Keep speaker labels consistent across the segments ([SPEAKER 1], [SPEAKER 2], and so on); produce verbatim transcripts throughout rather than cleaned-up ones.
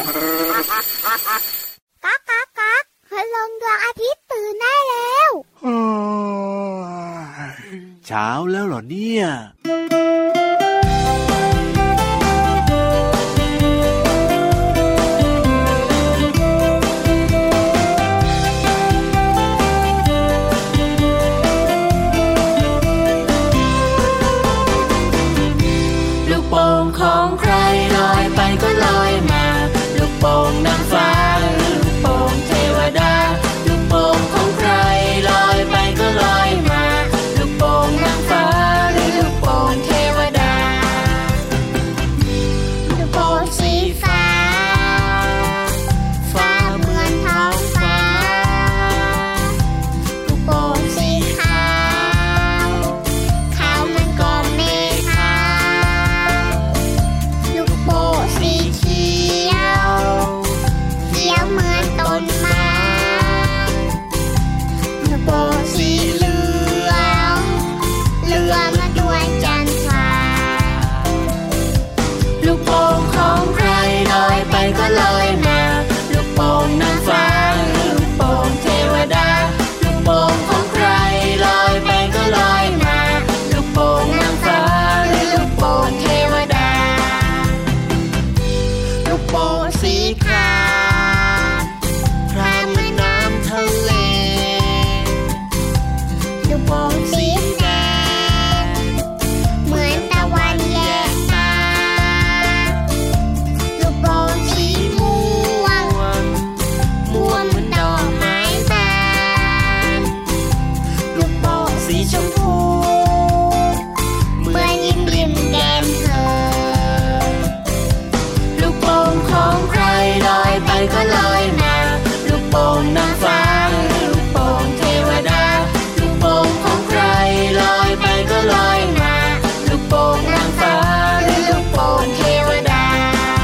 [SPEAKER 1] ก๊ากก๊ากก๊ากพลังดวงอาทิตย์ตื่นได้แล้ว
[SPEAKER 2] เช้าแล้วเหรอเนี่ย
[SPEAKER 3] ของใครลอยไปก็ลอยมาลูกโป่งนางฟ้าลูกโป่งเทวดาลูกโป่งของใครลอยไปก็ลอยมาลูกโป่งนางฟ้าหรือลูกโป่งเทวดาลูกโป่งสีฟ้าฟ้าเหมือนท้องฟ้าลูกโป่งสีขาวขาวเหมือนก้อนเมฆสีเขียวเขียวเหมือนต้นไม้ลูกโป่งสีเหลืองเหลืองเหมือนดวงจันทราลูกโป่งของใครลอยไปก็ลอยมาลูกโป่งนางฟ้าลูกโป่งเทวดาลูกโป่งของใครลอยไปก็ลอยมาลูกโป่งนางฟ้าหรือลูกโป่งเทวดาลูกโป่งสีครามครามเหมือนน้ำทะเลลูกโป่งสีแดงเหมือนตะวันแยกตาลูกโป่งสีม่วงม่วงเหมือนดอกไม้บานลูกโป่งสีชมพูเหมือนยิ้มริมแก้มเธอลูกโป่งของใครลอยไปก็ลอยมาลูกโป่งนางฟ้าลูกโป่งเทวดาลูกโป่งของใครลอยไปก็ลอยมาลูกโป่งนางฟ้าหรือลูกโป่งเทวดา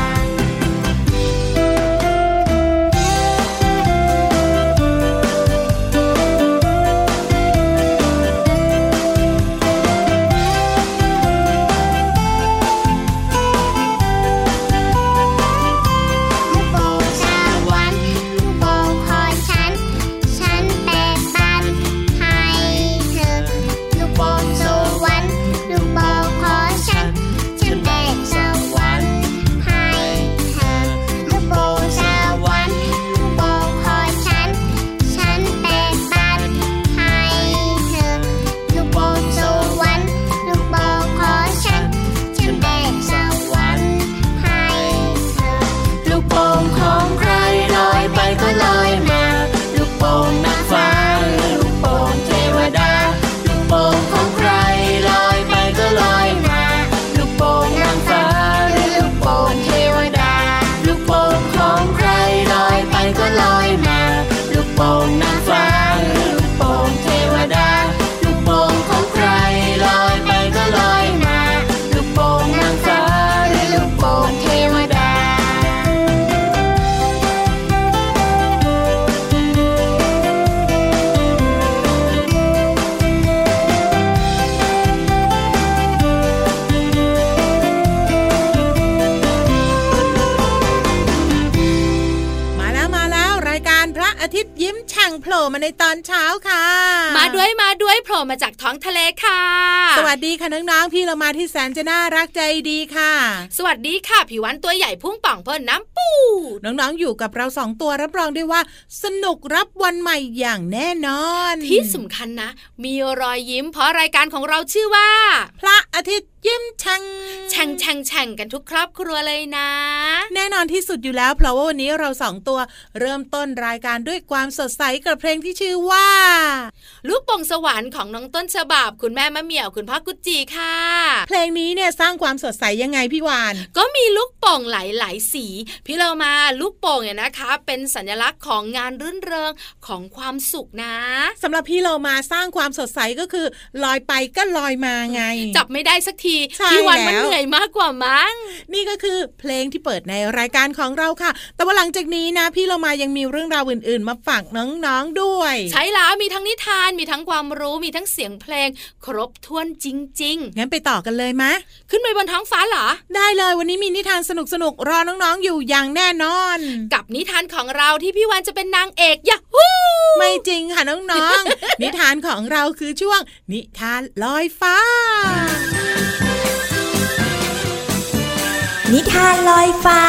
[SPEAKER 3] ลูกโป่งสวรรค์ลูกโป่งของฉันฉันแบ่งปันให้เธอลูกโป่งสวรรค์ลูกโป่งของฉันฉันแบ่งสวรรค์ให้เธอลูกโป่งสวรรค์ลูกโป่งของฉันฉันแบ่งปันให้เธอลูกโป่งสวรรค์ลูกโป่งของฉันฉันแบ่งสวรรค์ให้เธอลูกโป่งของใครลอยไปก็ลอยมาลูกโป่งนางฟ้าลูกโป่งเทวดาลูกโป่งของใครลอยไปก็ลอยมาลูกโป่งนางฟ้าหรือลูกโป่งเทวดาลูกโป่งของใครลอยไปก็ลอยมาลูกโป่งนางฟ้าหรือลูกโป่งเทวดาลูกโป่งของใครลอยไปก็ลอยมาลูกโป่งนางฟ้าหรือลูกโป่งเทวดา
[SPEAKER 4] มาแล้วมาแล้วรายการพระอาทิตย์ยิ้มแฉ่งโผล่มาในตอนเช้าค่ะ
[SPEAKER 3] มาด้วยมาด้วยโผล่มาจากท้องทะเลค่ะ
[SPEAKER 4] สวัสดีค่ะน้องๆพี่เรามาที่แสนจะน่ารักใจดีค่ะ
[SPEAKER 3] สวัสดีค่ะผิววันตัวใหญ่พุ่งป่องเพิ่นน้ำปู
[SPEAKER 4] น้องๆอยู่กับเราสองตัวรับรองได้ว่าสนุกรับวันใหม่อย่างแน่นอน
[SPEAKER 3] ที่สำคัญนะมีรอยยิ้มเพราะรายการของเราชื่อว่า
[SPEAKER 4] พระอาทิตย์ยิ้มแฉ่ง
[SPEAKER 3] แฉ่งแฉ่งแฉ่งกันทุกครอบครัวเลยนะ
[SPEAKER 4] แน่นอนที่สุดอยู่แล้วเพราะว่าวันนี้เราสองตัวเริ่มต้นรายการด้วยความสดใสกับเพลงที่ชื่อว่า
[SPEAKER 3] ลูกโป่งสวรรค์ของน้องต้นฉบับคุณแม่มะเหมี่ยวคุณพ่อกุจจีค่ะ
[SPEAKER 4] เพลงนี้เนี่ยสร้างความสดใสยังไงพี่วาน
[SPEAKER 3] ก็มีลูกโป่งหลายๆสีพี่เรามาลูกโป่งเนี่ยนะคะเป็นสัญลักษณ์ของงานรื่นเริงของความสุขนะ
[SPEAKER 4] สำหรับพี่เรามาสร้างความสดใสก็คือลอยไปก็ลอยมาไง
[SPEAKER 3] จับไม่ได้สักที
[SPEAKER 5] ทีพี่วันมันเหนื่อยมากกว่ามั้ง
[SPEAKER 4] นี่ก็คือเพลงที่เปิดในรายการของเราค่ะแต่ว่าหลังจากนี้นะพี่เรามายังมีเรื่องราวอื่นๆมาฝากน้องๆด้วย
[SPEAKER 5] ใช่แล้วมีทั้งนิทานมีทั้งความรู้มีทั้งเสียงเพลงครบถ้วนจริง
[SPEAKER 4] ๆงั้นไปต่อกันเลยมะ
[SPEAKER 5] ขึ้นไปบนท้องฟ้าเหรอ
[SPEAKER 4] ได้เลยวันนี้มีนิทานสนุกๆรอน้องๆอยู่อย่างแน่นอน
[SPEAKER 5] กับนิทานของเราที่พี่วันจะเป็นนางเอกยะฮู้
[SPEAKER 4] ไม่จริงค่ะน้องๆ นิทานของเราคือช่วงนิทานลอยฟ้า
[SPEAKER 6] นิทานลอยฟ้า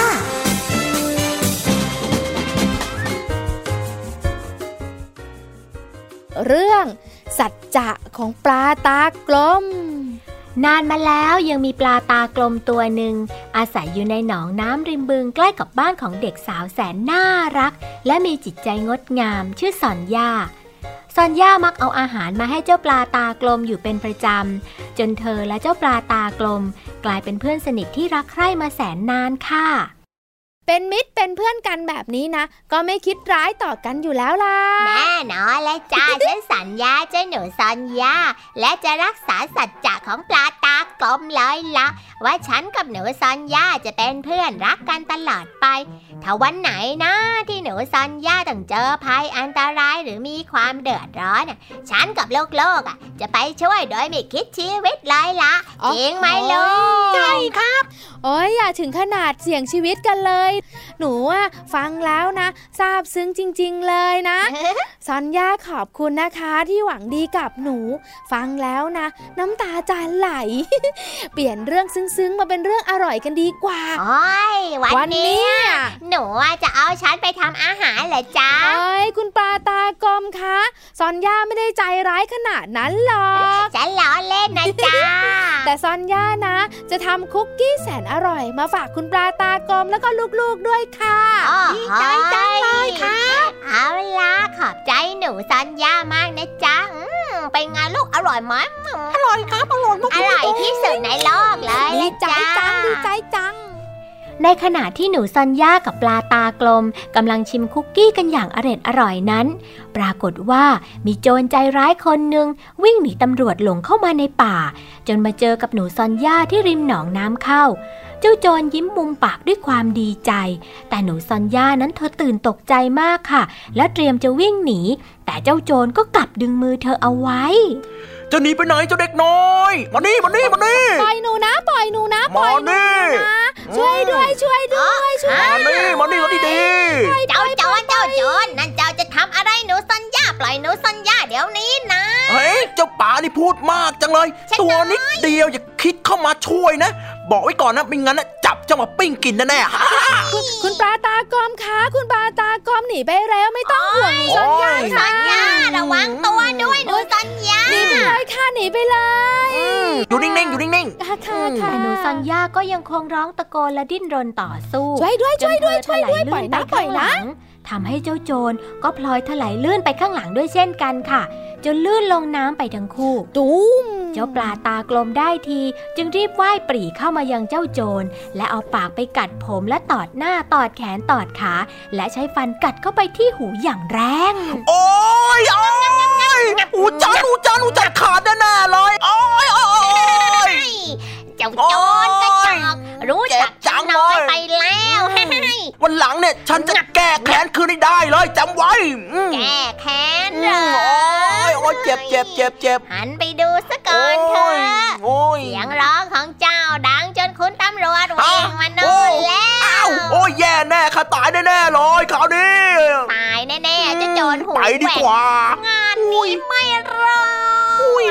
[SPEAKER 7] เรื่องสัจจะของปลาตากลม
[SPEAKER 8] นานมาแล้วยังมีปลาตากลมตัวหนึ่งอาศัยอยู่ในหนองน้ำริมบึงใกล้กับบ้านของเด็กสาวแสนน่ารักและมีจิตใจงดงามชื่อซอนย่าซอนย่ามักเอาอาหารมาให้เจ้าปลาตากลมอยู่เป็นประจำจนเธอและเจ้าปลาตากลมกลายเป็นเพื่อนสนิทที่รักใคร่มาแสนนานค่ะ
[SPEAKER 7] เป็นมิตรเป็นเพื่อนกันแบบนี้นะก็ไม่คิดร้ายต่อกันอยู่แล้วล่ะ
[SPEAKER 3] แน่นอนเลยจ้า ฉันสัญญาเจ้าหนูซอนย่าและจะรักษาสัจจะของปลาตากลมเลยล่ะว่าฉันกับหนูซอนย่าจะเป็นเพื่อนรักกันตลอดไปถ้าวันไหนนะที่หนูซอนย่าต้องเจอภัยอันตรายหรือมีความเดือดร้อนฉันกับลูกๆอ่ะจะไปช่วยโดยไม่คิดชีวิตเลยล่ะจริงไหมลูก
[SPEAKER 7] ใช่ครับโอ้ยอย่าถึงขนาดเสี่ยงชีวิตกันเลยหนูอ่ะฟังแล้วนะซาบซึ้งจริงๆเลยนะ ซอนย่าขอบคุณนะคะที่หวังดีกับหนูฟังแล้วนะน้ำตาจะไหล เปลี่ยนเรื่องซึ้งๆมาเป็นเรื่องอร่อยกันดีกว่า
[SPEAKER 3] โอ้ยวันนี้หนูจะเอาฉันไปทำอาหารเหรอจ๊ะ
[SPEAKER 7] เอ้ยคุณปลาตากลมคะซอนย่าไม่ได้ใจร้ายขนาดนั้นหรอก
[SPEAKER 3] ฉันล้อเล่นนะจ๊ะ
[SPEAKER 7] แต่ซอนย่านะจะทำคุกกี้แสนอร่อยมาฝากคุณปลาตากลมแล้วก็ลูกๆด้วยค่ะ
[SPEAKER 3] ดีใจจังเลยค่ะเอาล่ะขอบใจหนูซอนย่ามากนะจ๊ะเป็นไงลูกอร่อยไหม
[SPEAKER 7] อร่อยครับอร่อยมาก
[SPEAKER 3] อร่อยที่สุดในโลกเลย
[SPEAKER 7] ดีใจจังดีใจจัง
[SPEAKER 8] ในขณะที่หนูซอนย่ากับปลาตากลมกำลังชิมคุกกี้กันอย่างอร็ดอร่อยนั้นปรากฏว่ามีโจรใจร้ายคนหนึ่งวิ่งหนีตำรวจหลงเข้ามาในป่าจนมาเจอกับหนูซอนย่าที่ริมหนองน้ำเข้าเจ้าโจรยิ้มมุมปากด้วยความดีใจแต่หนูซอนย่านั้นเธอตื่นตกใจมากค่ะและเตรียมจะวิ่งหนีแต่เจ้าโจรก็กลับดึงมือเธอเอาไว้
[SPEAKER 9] จะหนีไปไหนเจ้าเด็กน้อยมานี่มานี่มานี่
[SPEAKER 7] ปล่อยหนูนะปล่อยหนูนะปล่อยหนูนะช่วยด้วยช่วยด้วยช่วย
[SPEAKER 9] มานี่มานี่มานี่ดี
[SPEAKER 3] เจ้าโจรเจ้าโจรนั่นเจ้าจะทำอะไรหนูซอนย่าปล่อยหนูซอนย่าเดี๋ยวนี้นะ
[SPEAKER 9] เฮ้ยเจ้าป่านี่พูดมากจังเลยตัวนิดเดียวอย่าคิดเข้ามาช่วยนะบอกไว้ก่อนนะไม่งั้นนะจับเจ้ามาปิ้งกินแน่
[SPEAKER 7] ๆคุณคุณปลาตากลมคะคุณปลาตากลมหนีไปแล้วไม่ต้องห่วงหนูซอนย่า
[SPEAKER 3] ซอนย่าระวังตัวด้วยหนูซอนย่า
[SPEAKER 7] หนีไปเลยค่ะหนีไปเลย
[SPEAKER 9] อยู่นิ่งๆอยู่นิ่ง
[SPEAKER 7] ๆค่ะค่ะ
[SPEAKER 8] หนูซอนย่าก็ยังคงร้องตะโกนและดิ้นรนต่อสู้
[SPEAKER 7] ช่วยด้วยช่วยด้วยช่วยด้วยปล่อยนะปล่อยนะ
[SPEAKER 8] ทำให้เจ้าโจรก็พลอยถลายลื่นไปข้างหลังด้วยเช่นกันค่ะจนลื่นลงน้ำไปทั้งคู่
[SPEAKER 7] ตุ้ม
[SPEAKER 8] เจ้าปลาตากลมได้ทีจึงรีบว่ายปรีเข้ามายังเจ้าโจรและเอาปากไปกัดผมและตอดหน้าตอดแขนตอดขาและใช้ฟันกัดเข้าไปที่หูอย่างแรง
[SPEAKER 9] โอ๊ยโอ๊ยหูจันหูจันหูจันขาดแน่ๆเลยโอ๊ยโอ๊ย
[SPEAKER 3] เจ้าโจรกระจอกรู้จักจังน้อยไปแล้ว
[SPEAKER 9] วันหลังเนี่ยฉันจะแก้แค้นคืนให้ได้เลยจำไว้
[SPEAKER 3] แก้แค้นเหรอ
[SPEAKER 9] โอ๊ยโอ๊ยเจ็บเจ็บเจ็บเจ็บ
[SPEAKER 3] หันไปดูซะก่อนเถอะเสียงร้องของเจ้าดังจนคุณตำรวจวิ่งมาโน่นแล้ว
[SPEAKER 9] โอ้ยแย่แน่ข้าตายแน่ๆเลยคราวนี้
[SPEAKER 3] ตายแน่ๆจะโจรหู
[SPEAKER 9] ไปดีกว่าง
[SPEAKER 3] านนี้ไม่รอด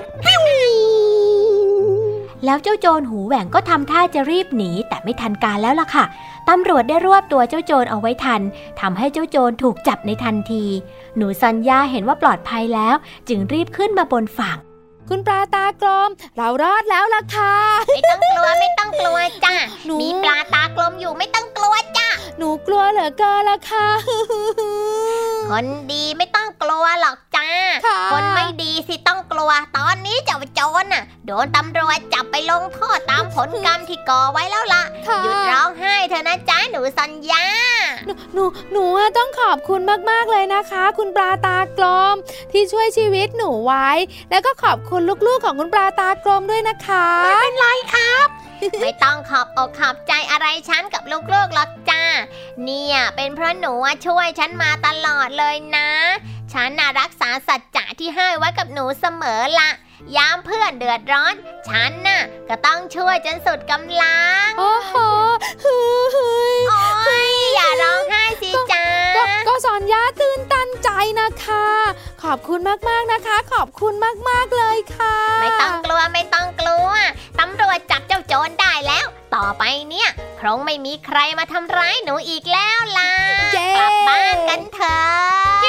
[SPEAKER 8] แล้วเจ้าโจรหูแหว่งก็ทำท่าจะรีบหนีแต่ไม่ทันการแล้วล่ะค่ะตำรวจได้รวบตัวเจ้าโจรเอาไว้ทันทำให้เจ้าโจรถูกจับในทันทีหนูซอนย่าเห็นว่าปลอดภัยแล้วจึงรีบขึ้นมาบนฝั่ง
[SPEAKER 7] คุณปลาตากลมเรารอดแล้วล่ะค่ะ
[SPEAKER 3] ไม่ต้องกลัวไม่ต้องกลัวจ้ะมีปลาตากลมอยู่ไม่ต้องกลัวจ้ะ
[SPEAKER 7] หนูกลัวเหลือเกินล่ะค่ะ
[SPEAKER 3] คนดีไม่ต้องกลัวหรอกจ้าคนไม่ดีสิต้องกลัวตอนนี้เจ้าโจรน่ะโดนตำรวจจับไปลงโทษตามผลกรรมที่ก่อไว้แล้วล่ะหยุดร้องไห้เถอะนะจ้าหนูสัญญา
[SPEAKER 7] หนูหนูหนูต้องขอบคุณมากๆเลยนะคะคุณปลาตากลมที่ช่วยชีวิตหนูไว้แล้วก็ขอบคุณลูกๆของคุณปลาตากลมด้วยนะคะ
[SPEAKER 3] ไม่เป็นไรครับไม่ต้องขอบอกขอบใจอะไรฉันกับลูกๆหรอกจ้าเนี่ยเป็นเพราะหนูช่วยฉันมาตลอดเลยนะฉันน่ะรักษาสัจจะที่ให้ไว้กับหนูเสมอละยามเพื่อนเดือดร้อนฉันน่ะก็ต้องช่วยจนสุดกำลัง
[SPEAKER 7] โอ้โหเฮ้ย
[SPEAKER 3] โอ้ยอย่าร้องไห้สิจ้า
[SPEAKER 7] ก็สอนย่าตื่นตันใจนะคะขอบคุณมากๆนะคะขอบคุณมากๆเลยค่ะ
[SPEAKER 3] ไม่ต้องกลัวไม่ต้องกลัวตำรวจจับเจ้าโจรได้แล้วต่อไปเนี่ยคงไม่มีใครมาทำร้ายหนูอีกแล้วล่ะกลับบ้านกันเถอะ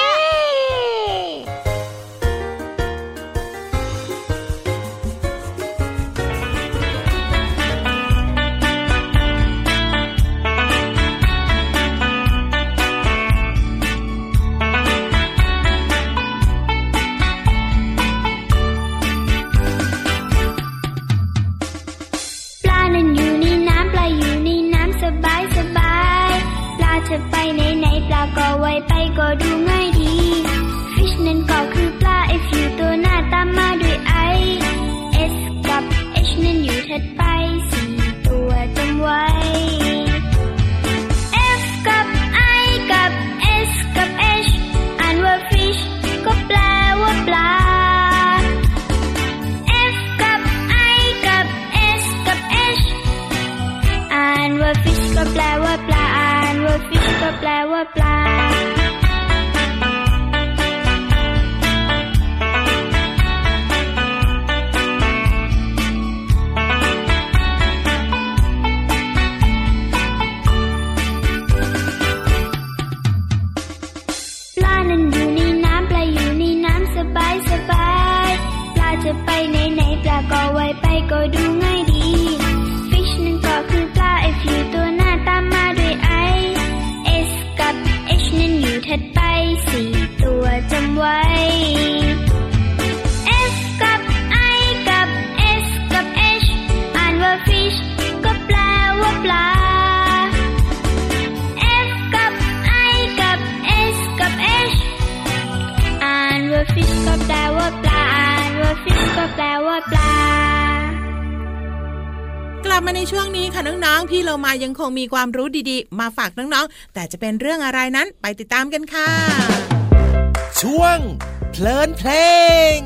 [SPEAKER 6] จะไปไหนๆปลาก็ไวไปก็ดูง่ายดี Fish นั่นก็คือปลา F อยู่ตัวหน้าตามมาด้วย I S กับ H นั่นอยู่ถัดไปสี่ตัวจำไว้ F กับ I กับ S กับ H อ่านว่า Fish ก็แปลว่าปลา F กับ I กับ S กับ H อ่านว่า Fish ก็แปลว่าปลาFish ก็แปลว่าปลาปลานั้นอยู่ในน้ำปลาอยู่ในน้ำสบายสบายปลาจะไปไหนๆปลาก็ไวไปก็ดูง่ายดี Fish นั่นก็คือปลา F อยู่ตัวหน้าตามมาด้วย นั่นอยู่ถัดไปสี่ตัวจำไว้ F กับ I กับ S กับ H อ่านว่า Fish ก็แปลว่าปลา F กับ I กับ S กับ H อ่านว่า Fish ก็แปลว่าปลาอ่านว่า Fish ก็แปลว่าปลาก
[SPEAKER 4] ลับมาในช่วงนี้ค่ะน้องๆพี่เรามายังคงมีความรู้ดีๆมาฝากน้องๆแต่จะเป็นเรื่องอะไรนั้นไปติดตามกันค่ะ
[SPEAKER 2] ช่วงเพลินเพลง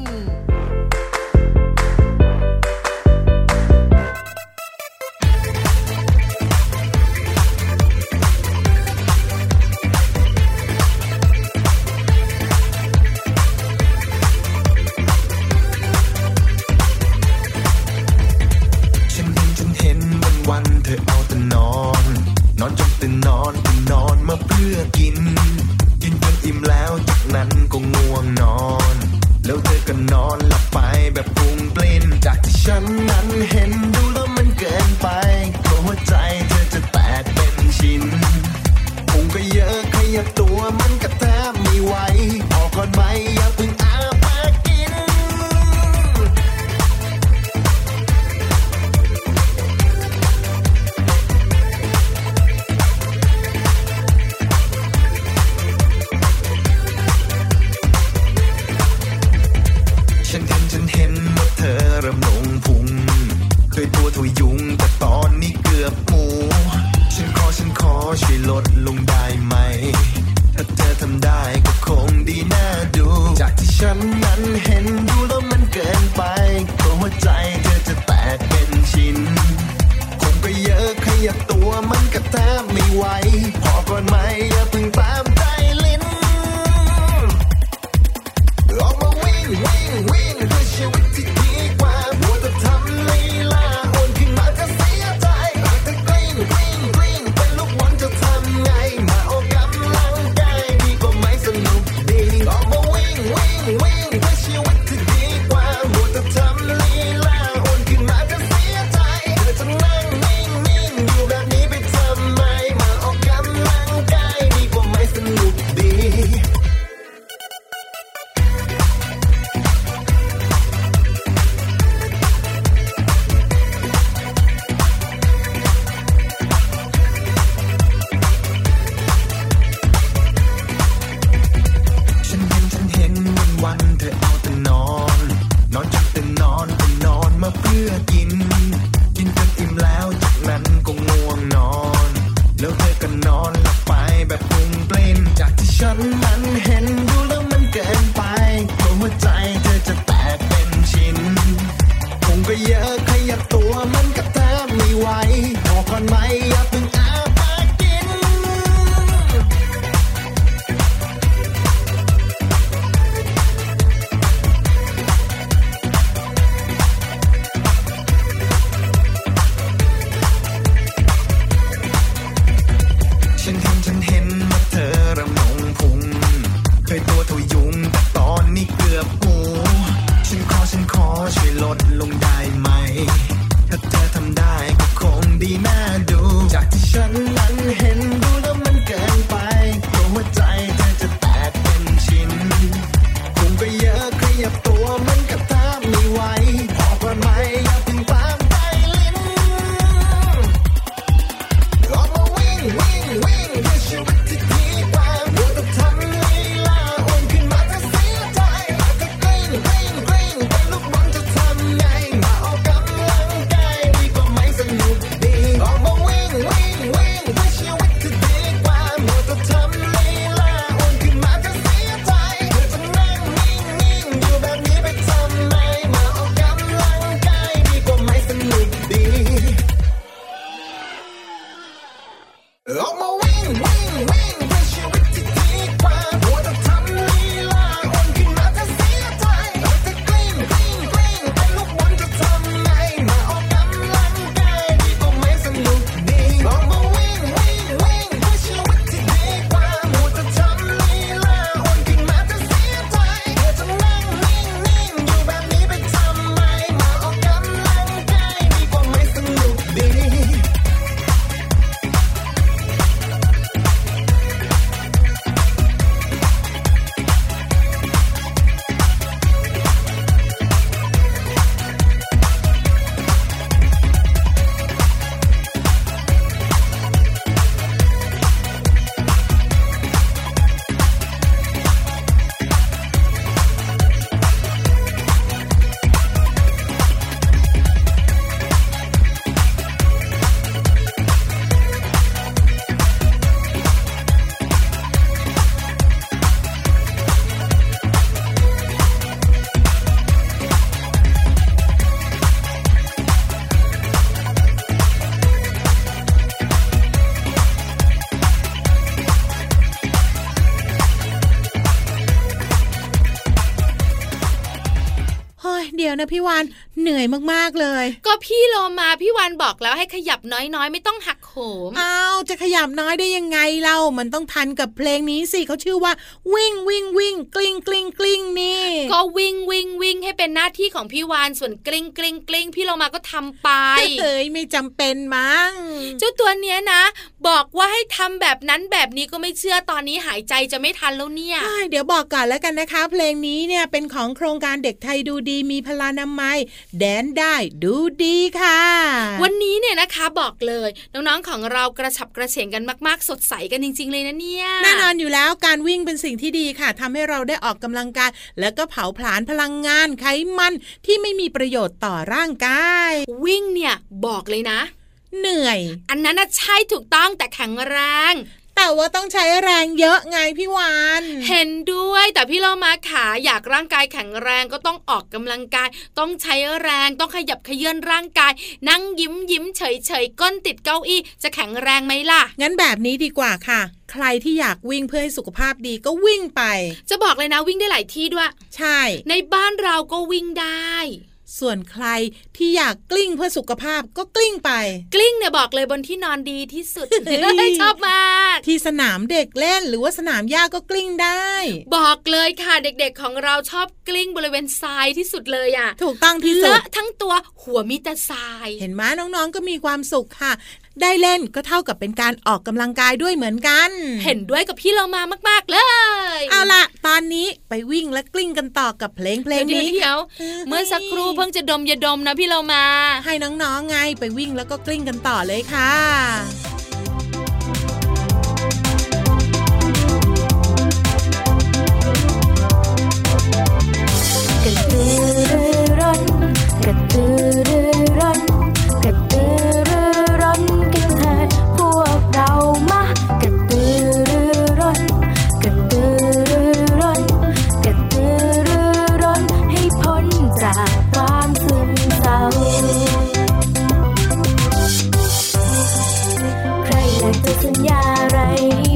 [SPEAKER 10] วันเธอเอาแต่นอนนอนจนตื่นนอนตื่นนอนมาเพื่อกินกินจนอิ่มแล้วจากนั้นก็ง่วงนอนแล้วเธอก็นอนหลับไปแบบปรุงปลิ้นจากที่ฉันนั้นเห็นดูแล้วมันเกินไปกลัวหัวใจเธอจะแตกเป็นชิ้นพุงก็เยอะขยับตัวมันก็แทบไม่ไหวออกก่อนไหมอย่าเพิ่งอ้าปากกินช่วยลดลงได้ไหมถ้าเธอทำได้ก็คงดีน่าดูจากที่ฉันนั้นเห็นดูแล้วมันเกินไปกลัวหัวใจเธอจะแตกเป็นชิ้นคงก็เยอะขยับตัวมันก็แทบไม่ไหวพอก่อนไหมอย่าเพิ่งตามใจลิ้นออกมาวิ่งวิ่งวิ่งเพื่อชีวิตที่ดีกว่ามัวแต่ทำลีลาโอนขึ้นมาก็เสียใจอาจจะกลิ้งกลิ้งกลิ้งเป็นลูกบอลจะทำไงมาออกกำลังกายดีกว่าไหมสนุกดีออกมาวิ่งวิ่งวิ่งเพื่อชีวิตที่ดีกว่ามัวแต่ทำลีลาโอนขึ้นมาก็เสียใจเธอจะนั่งนิ่งนิ่งอยู่แบบนี้ไปทำไมมาออกกำลังกายดีกว่านอนหลับไปแบบปรุงปลิ้นจากที่ฉันนั้นเห็นดูแล้วมันเกินไปกลัวหัวใจเธอจะแตกเป็นชิ้นคงก็เยอะขยับตัวมันกับเธอไม่ไหวพอก่อนไหมอย่าเพิ่งอาปากกินฉันเห็นฉันเห็นว่าเธอระมงพุงเคยตัวเท่ายุงแต่ตอนนี้เกือบงูฉันขอฉันขอช่วยลดลงได้ไหมถ้าเธอทำได้ก็คงดีน่าดูจากที่ฉันนั้นเห็นดูแล้วมันเกินไปตัวหัวใจเธอจะแตกเป็นชิ้นคงก็เยอะขยับตัวมันกับเธอไม่ไหวพอก่อนไหมอย่าเพิ่งตามใจลิ้นออกมาวิ่งวิ่งวิ่งเพื่อชีวิตที่ดีกว่ามัวแต่ทำลีลาอ้วนขึ้นมาจะเสียใจจะกลิ้งกลิ้งกลิ้งเป็นลูกบอลจะทำไงมาออกกำลังกายดีกว่าไหมสนุกดีออกมาวิ่งวิ่งวิ่งเพื่อชีวิตที่ดีกว่ามัวแต่ทำลีลาอ้วนขึ้นมาจะเสียใจเธอจะนั่งนิ่งนิ่งอยู่แบบนี้ไปทำไมมาออกกำลังกายดีกว่าไหมสนุกดีออกมาวิ่งวิ่งวิ่งเพื่อชีวิตที่ดีกว่ามัวแต่ทำลีลาอ้วนขึ้นมาจะเสียใจจะกลิ้งกลิ้งกลิ้งเป็นลูกบอลจะทำไงมาออกกำลังกายดีกว่าไหมสนุกดีออกมาวิ่งวิ่งวิ่งเพื่อชีวิตที่ดีกว่ามัวแต่ทำลีลาอ้วนขึ้นมาจะเสียใจเธอจะนั่งนิ่งนิ่งอยู่แบบนี้ไปทำไมมาออกกำลังกายดีกว่าไหมสนุกดี
[SPEAKER 4] เฮ้ยเดี๋ยวนะพี่วานเหนื่อยมากๆเลย
[SPEAKER 5] ก็พี่โลมาพี่วานบอกแล้วให้ขยับน้อยๆไม่ต้องหักโหม
[SPEAKER 4] อ้าวจะขยับน้อยได้ยังไงเล่ามันต้องทันกับเพลงนี้สิเขาชื่อว่าวิ่งวิ่งวิ่งกลิ้งกลิ้งกลิ้งนี่
[SPEAKER 5] ก็วิ่งวิ่งวิ่งให้เป็นหน้าที่ของพี่วานส่วนกลิ้งกลิ้งกลิ้งพี่โลมาก็ทำไป
[SPEAKER 4] เฮ้ยไม่จำเป็นมั้ง
[SPEAKER 5] เจ้าตัวเนี้ยนะบอกว่าให้ทำแบบนั้นแบบนี้ก็ไม่เชื่อตอนนี้หายใจจะไม่ทันแล้วเนี่ย
[SPEAKER 4] เดี๋ยวบอกก่อนแล้วกันนะคะเพลงนี้เนี่ยเป็นของโครงการเด็กไทยดูดีมีพลานามัยแดนได้ดูดีค่ะ
[SPEAKER 5] วันนี้เนี่ยนะคะบอกเลยน้องๆของเรากระฉับกระเฉงกันมากๆสดใสกันจริงๆเลยนะเนี่ย
[SPEAKER 4] แน่นอนอยู่แล้วการวิ่งเป็นสิ่งที่ดีค่ะทำให้เราได้ออกกำลังกายแล้วก็เผาผลาญพลังงานไขมันที่ไม่มีประโยชน์ต่อร่างกาย
[SPEAKER 5] วิ่งเนี่ยบอกเลยนะ
[SPEAKER 4] เหนื่อย
[SPEAKER 5] อันนั้นน่ะใช่ถูกต้องแต่แข็งแรง
[SPEAKER 4] แต่ว่าต้องใช้แรงเยอะไงพี่วาน
[SPEAKER 5] เห็นด้วยแต่พี่เรามาขาอยากร่างกายแข็งแรงก็ต้องออกกำลังกายต้องใช้แรงต้องขยับเขยื้อนร่างกายนั่งยิ้มยิ้มเฉยเฉยก้นติดเก้าอี้จะแข็งแรงไหมล่ะ
[SPEAKER 4] งั้นแบบนี้ดีกว่าค่ะใครที่อยากวิ่งเพื่อให้สุขภาพดีก็วิ่งไป
[SPEAKER 5] จะบอกเลยนะวิ่งได้หลายที่ด้วย
[SPEAKER 4] ใช่
[SPEAKER 5] ในบ้านเราก็วิ่งได้
[SPEAKER 4] ส่วนใครที่อยากกลิ้งเพื่อสุขภาพก็กลิ้งไป
[SPEAKER 5] กลิ้งเนี่ยบอกเลยบนที่นอนดีที่สุด ชอบมาก
[SPEAKER 4] ที่สนามเด็กเล่นหรือว่าสนามหญ้าก็กลิ้งได้
[SPEAKER 5] บอกเลยค่ะเด็กๆของเราชอบกลิ้งบริเวณทรายที่สุดเลยอ่ะ
[SPEAKER 4] ถูกต้องที่สุด
[SPEAKER 5] เลอะทั้งตัวหัวมีแต่ทราย
[SPEAKER 4] เห็นไหมน้องๆก็มีความสุขค่ะได้เล่นก็เท่ากับเป็นการออกกำลังกายด้วยเหมือนกัน
[SPEAKER 5] เห็นด้วยกับพี่เรามามากๆเลย
[SPEAKER 4] เอาล่ะตอนนี้ไปวิ่งและกลิ้งกันต่อกับเพลงเพลงนี้
[SPEAKER 5] เดี๋ยวเมื่อสักครู่เพิ่งจะดมยาดมนะพี่เรามา
[SPEAKER 4] ให้น้องๆไงไปวิ่งแล้วก็กลิ้งกันต่อเลยค่ะ
[SPEAKER 6] กระตือรือร้นกระตือรือร้นกระตือรือร้นกันเถิดพวกเรามา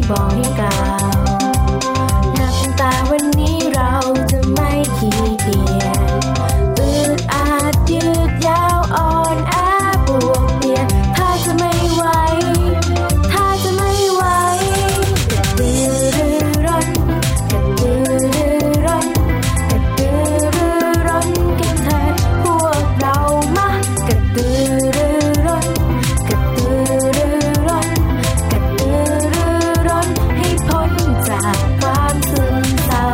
[SPEAKER 6] บอกให้กล่าวนับตาวันนี้เราจะไม่ขี้เกียจอึดอัดยืดยาวอ่อนแอปวกเปียกถ้าจะไม่ไหวถ้าจะไม่ไหวกระตือรือร้นกระตือรือร้นกระตือรือร้นกันเถิดพวกเรามากระตือรือร้นกระตือรือร้นกระตือรือร้นให้พ้นจากความซึมเศร้า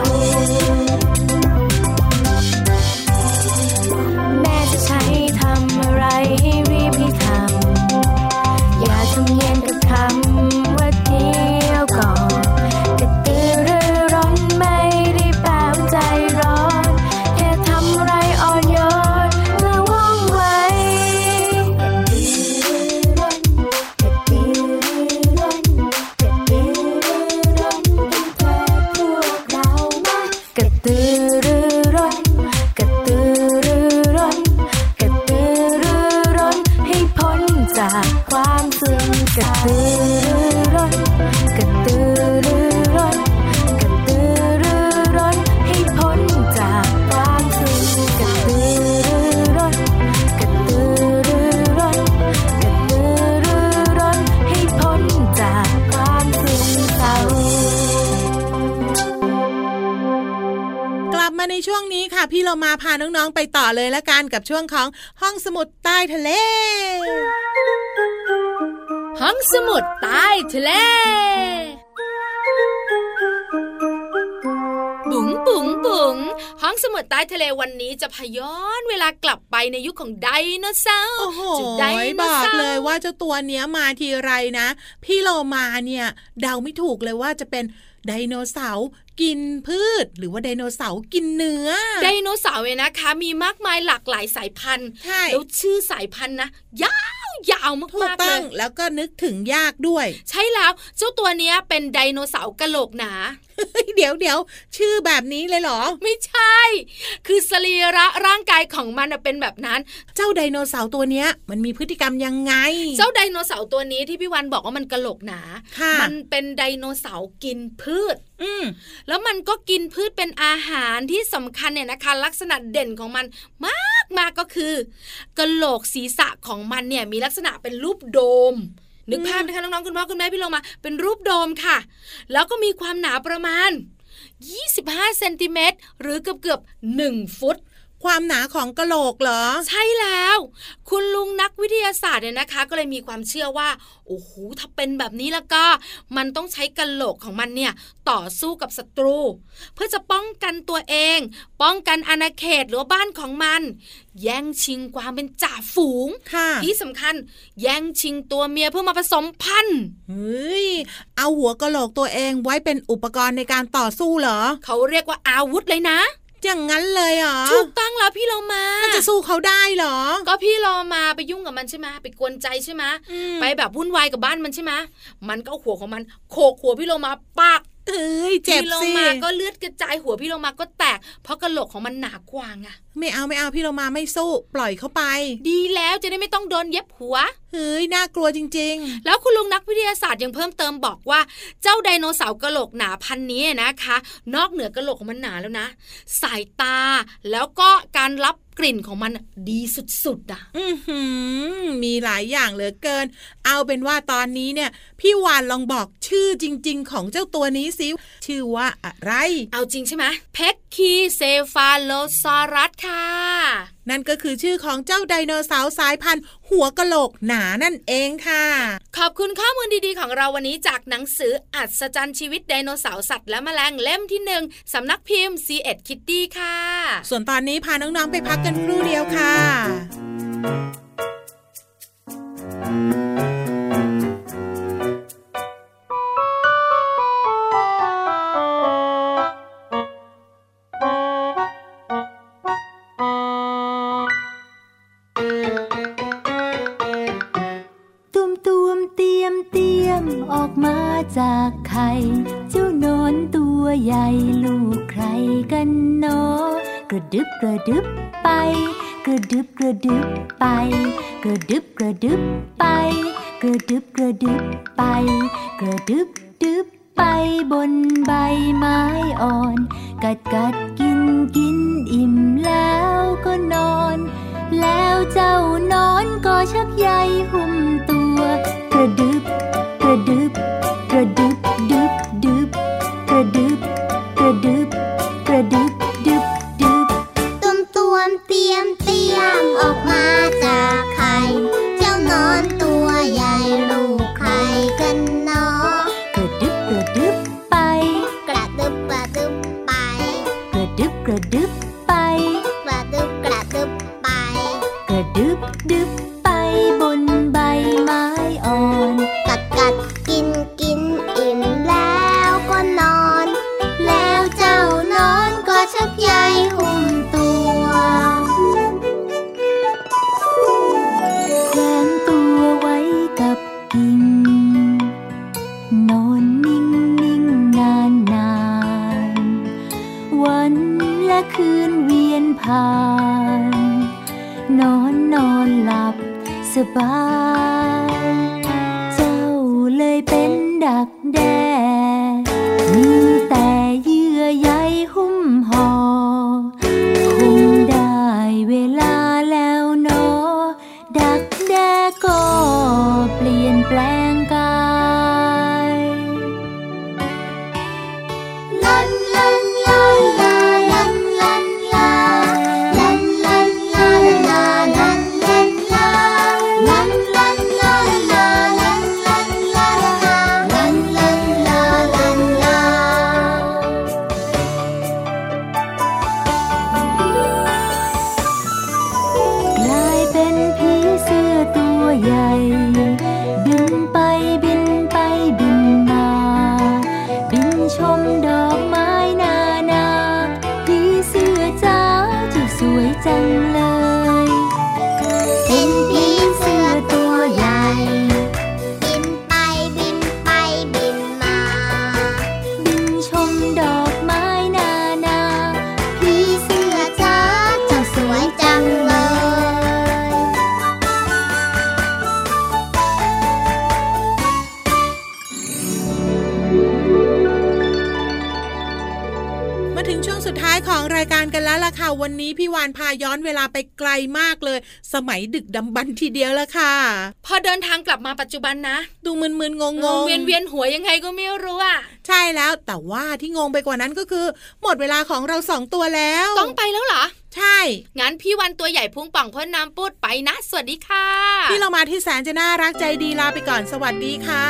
[SPEAKER 6] แม่จะใช้ทำอะไรให้รีบให้ทำอย่าทำเย็นกับคำว่าเดียวก่อนกระตือรือร้นไม่ได้แปลว่าใจร้อนแค่ทำอะไรอ่อนโยนและว่องไวกระตือรือร้นกระตือรือร้นกระตือรือร้นกันเถิดพวกเรามากระตือรือร้นกระตือรือร้นกระตือรือร้นให้พ้นจากความซึมกระตือรือร้นกระตือรือร้นกระตือรือร้นให้พ้นจากความซึมกระตือรือร้นกระตือรือร้นกระตือรือร้นให้พ้นจากความซึมเศร้า
[SPEAKER 4] กลับมาในช่วงนี้ค่ะพี่เรามาพาน้องๆไปต่อเลยละกันกับช่วงของห้องสมุดใต้ทะเล
[SPEAKER 5] ห้องสมุดใต้ทะเลบุ๋งบุ๋งบุ๋งห้องสมุดใต้ทะเลวันนี้จะพาย้อนเวลากลับไปในยุคของไดโนเสาร์
[SPEAKER 4] โอ้โห
[SPEAKER 5] ไดโน
[SPEAKER 4] บอก
[SPEAKER 5] เสาร์
[SPEAKER 4] เลยว่าเจ้าตัวเนี้ยมาทีไรนะพี่โลมาเนี่ยเดาไม่ถูกเลยว่าจะเป็นไดโนเสาร์กินพืชหรือว่าไดโนเสาร์กินเนื้อ
[SPEAKER 5] ไดโนเสาร์เนี่ยนะคะมีมากมายหลากหลายสายพันธุ์แล้วชื่อสายพันธุ์นะยาวยาวมากๆเลย
[SPEAKER 4] แล้วก็นึกถึงยากด้วย
[SPEAKER 5] ใช่แล้วเจ้าตัวเนี้ยเป็นไดโนเสาร์กะโหลกหนา
[SPEAKER 4] เดี๋ยวเดี๋ยวชื่อแบบนี้เลยเหรอ
[SPEAKER 5] ไม่ใช่คือสรีระร่างกายของมันเป็นแบบนั้น
[SPEAKER 4] เจ้าไดโนเสาร์ตัวเนี้ยมันมีพฤติกรรมยังไง
[SPEAKER 5] เจ้าไดโนเสาร์ตัวนี้ที่พี่วันบอกว่ามันกะโหลกหนามันเป็นไดโนเสาร์กินพืช
[SPEAKER 4] อืม
[SPEAKER 5] แล้วมันก็กินพืชเป็นอาหารที่สำคัญเนี่ยนะคะลักษณะเด่นของมันมากมากก็คือกะโหลกศีรษะของมันเนี่ยมีลักษณะเป็นรูปโดมนึกภาพนะคะน้องๆคุณพ่อคุณแม่พี่ลงมาเป็นรูปโดมค่ะแล้วก็มีความหนาประมาณยี่สิบห้าเซนติเมตรหรือเกือบๆหนึ่งฟุต
[SPEAKER 4] ความหนาของกะโหลกเหรอ
[SPEAKER 5] ใช่แล้วคุณลุงนักวิทยาศาสตร์เนี่ยนะคะก็เลยมีความเชื่อว่าโอ้โหถ้าเป็นแบบนี้แล้วก็มันต้องใช้กะโหลกของมันเนี่ยต่อสู้กับศัตรูเพื่อจะป้องกันตัวเองป้องกันอาณาเขตหรือบ้านของมันแย่งชิงความเป็นจ่าฝูงที่สำคัญแย่งชิงตัวเมียเพื่อมาผสมพันธุ์
[SPEAKER 4] เฮ้ยเอาหัวกะโหลกตัวเองไว้เป็นอุปกรณ์ในการต่อสู้เหรอ
[SPEAKER 5] เขาเรียกว่าอาวุธเลยนะ
[SPEAKER 4] อย่างงั้นเลยเหรอ
[SPEAKER 5] ถูกต้องแล้วพี่โลมา
[SPEAKER 4] จะสู้เขาได้เหรอ
[SPEAKER 5] ก็พี่โลมาไปยุ่งกับมันใช่ไหมไปกวนใจใช่ไหมไปแบบวุ่นวายกับบ้านมันใช่ไหมมันก็หัวของมันโขกหัวพี่โลมาปาก
[SPEAKER 4] เอ้ยเจ็บสิพี่โล
[SPEAKER 5] มาก็เลือดกระจายหัวพี่โลมาก็แตกเพราะกระโหลกของมันหนากว่าไง
[SPEAKER 4] ไม่เอาไม่เอาพี่โลมาไม่สู้ปล่อยเขาไป
[SPEAKER 5] ดีแล้วจะได้ไม่ต้องโดนเย็บหัว
[SPEAKER 4] เฮ้ยน่ากลัวจริง
[SPEAKER 5] ๆแล้วคุณลุงนักวิทยาศาสตร์ยังเพิ่มเติมบอกว่าเจ้าไดโนเสาร์กะโหลกหนาพันนี้นะคะนอกเหนือกะโหลกของมันหนาแล้วนะสายตาแล้วก็การรับกลิ่นของมันดีสุดๆอ่ะ
[SPEAKER 4] อือหือมีหลายอย่างเหลือเกินเอาเป็นว่าตอนนี้เนี่ยพี่วานลองบอกชื่อจริงๆของเจ้าตัวนี้สิชื่อว่าอะไร
[SPEAKER 5] เอาจริงใช่ไหมเพคคีเซฟาโลซอรัสค่ะ
[SPEAKER 4] นั่นก็คือชื่อของเจ้าไดโนเสาร์สายพันธุ์หัวกะโหลกหนานั่นเองค่ะ
[SPEAKER 5] ขอบคุณข้อมูลดีๆของเราวันนี้จากหนังสืออัศจรรย์ชีวิตไดโนเสาร์สัตว์และแมลงเล่มที่หนึ่งสำนักพิมพ์ ซี เอ็ด Kitty ค่ะ
[SPEAKER 4] ส่วนตอนนี้พาน้องๆไปพักกันครู่เดียวค่ะ
[SPEAKER 6] ออกมาจากไข่เจ้านอนตัวใหญ่ลูกใครกันเนาะกระดึบกระดึบไปกระดึบกระดึบไปกระดึบกระดึบไปกระดึบกระดึบไปกระดึบดึบไปบนใบไม้อ่อนกัดกัดกินกินอิ่มแล้วก็นอนแล้วเจ้านอนก็ชักใยหุ้มตัวกระดึบกระดึบกระดึบดึบดึบกระดึบกระดึบกระดึบดึบดึบ
[SPEAKER 3] ตุ่มตวมเตรียมเตรียมออกมาจากไข่เจ้านอนตัวใหญ่ลูกใครกันเนาะ
[SPEAKER 6] กระดึบกระดึบไป
[SPEAKER 3] กระดึบกระดึบไป
[SPEAKER 6] กระดึบกระดึบไป
[SPEAKER 3] กระดึบกระดึบไป
[SPEAKER 6] กระดึบดึบไปบนใบไม้อ่อน
[SPEAKER 3] กัดกัดกินกินอิ่มแล้วก็นอนแล้วเจ้านอนก็ชักใยหุ้มตัว
[SPEAKER 6] แขวนตัวไว้กับกิ่งนอนนิ่งนิ่งนานนานวันและคืนเวียนผ่านนอนนอนหลับสบายเจ้าเลยเป็นดักแด้มีแต่เยื่อใยหุ้มห่อคงได้เวลาแล้วเนาะดักแด้ก็เปลี่ยนแปลงกาย
[SPEAKER 3] ลันลันลาลาลันลันลาลันลันลาลาลันลันลาลันลันลาลาลันลันลาลันลันลาลันลาก
[SPEAKER 6] ลายเป็นผีเสื้อตัวใหญ่บินไปบินไปบินมาบินชมดอกไม้นานาผีเสื้อจ้าเจ้าสวยจังเลย
[SPEAKER 3] เป็นผีเสื้อตัวใหญ่บินไปบินไปบินมา
[SPEAKER 6] บินชมดอกไม้นานา
[SPEAKER 3] ผีเสื้อจ้าเจ้าสวยจังเลย
[SPEAKER 4] มาถึงช่วงสุดท้ายของรายการกันแล้วล่ะค่ะวันนี้พี่วานพาย้อนเวลาไปไกลมากเลยสมัยดึกดำบรรพ์ทีเดียวละค่ะ
[SPEAKER 5] พอเดินทางกลับมาปัจจุบันนะ
[SPEAKER 4] ดูมึนๆงงๆ
[SPEAKER 5] เวียนเวียนหัวยังไงก็ไม่รู้อ่ะ
[SPEAKER 4] ใช่แล้วแต่ว่าที่งงไปกว่านั้นก็คือหมดเวลาของเราสองตัวแล้ว
[SPEAKER 5] ต้องไปแล้วเหรอ
[SPEAKER 4] ใช่
[SPEAKER 5] งั้นพี่วันตัวใหญ่พุงป่องพ่นน้ำปุดไปนะสวัสดีค่ะ
[SPEAKER 4] พี่เรามาที่แสนจะน่ารักใจดีลาไปก่อนสวัสดีค่ะ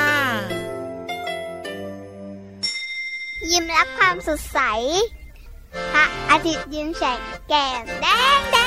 [SPEAKER 1] ยิ้มรับความสดใสพระอาทิตย์ยิ้มแฉกแก้มแดงแด